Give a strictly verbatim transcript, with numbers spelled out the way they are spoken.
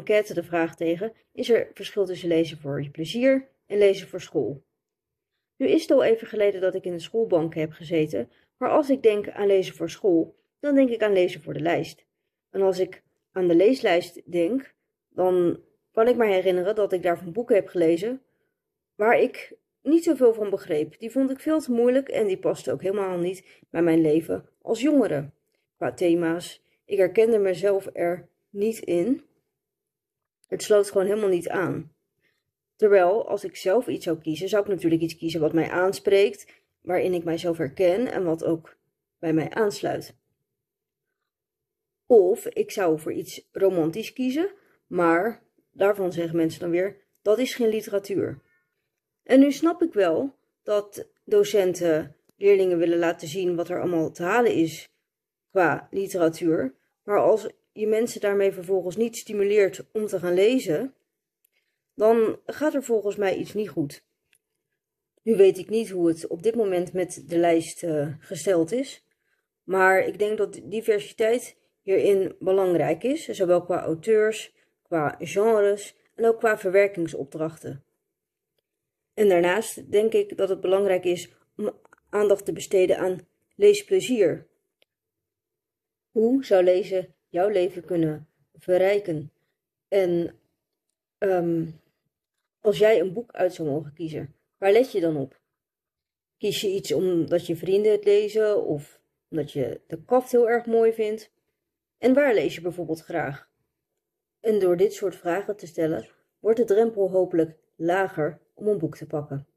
enquête de vraag tegen, is er verschil tussen lezen voor je plezier en lezen voor school. Nu is het al even geleden dat ik in de schoolbank heb gezeten, maar als ik denk aan lezen voor school, dan denk ik aan lezen voor de lijst. En als ik aan de leeslijst denk, dan kan ik me herinneren dat ik daarvan boeken heb gelezen waar ik niet zoveel van begreep. Die vond ik veel te moeilijk en die paste ook helemaal niet bij mijn leven als jongere. Qua thema's, ik herkende mezelf er niet in. Het sloot gewoon helemaal niet aan. Terwijl, als ik zelf iets zou kiezen, zou ik natuurlijk iets kiezen wat mij aanspreekt, waarin ik mijzelf herken en wat ook bij mij aansluit. Of ik zou voor iets romantisch kiezen, maar daarvan zeggen mensen dan weer, dat is geen literatuur. En nu snap ik wel dat docenten leerlingen willen laten zien wat er allemaal te halen is qua literatuur, maar als je mensen daarmee vervolgens niet stimuleert om te gaan lezen, dan gaat er volgens mij iets niet goed. Nu weet ik niet hoe het op dit moment met de lijst uh, gesteld is, maar ik denk dat diversiteit hierin belangrijk is, zowel qua auteurs, qua genres en ook qua verwerkingsopdrachten. En daarnaast denk ik dat het belangrijk is om aandacht te besteden aan leesplezier. Hoe zou lezen jouw leven kunnen verrijken? En um, als jij een boek uit zou mogen kiezen, waar let je dan op? Kies je iets omdat je vrienden het lezen of omdat je de kaft heel erg mooi vindt? En waar lees je bijvoorbeeld graag? En door dit soort vragen te stellen, wordt de drempel hopelijk lager om een boek te pakken.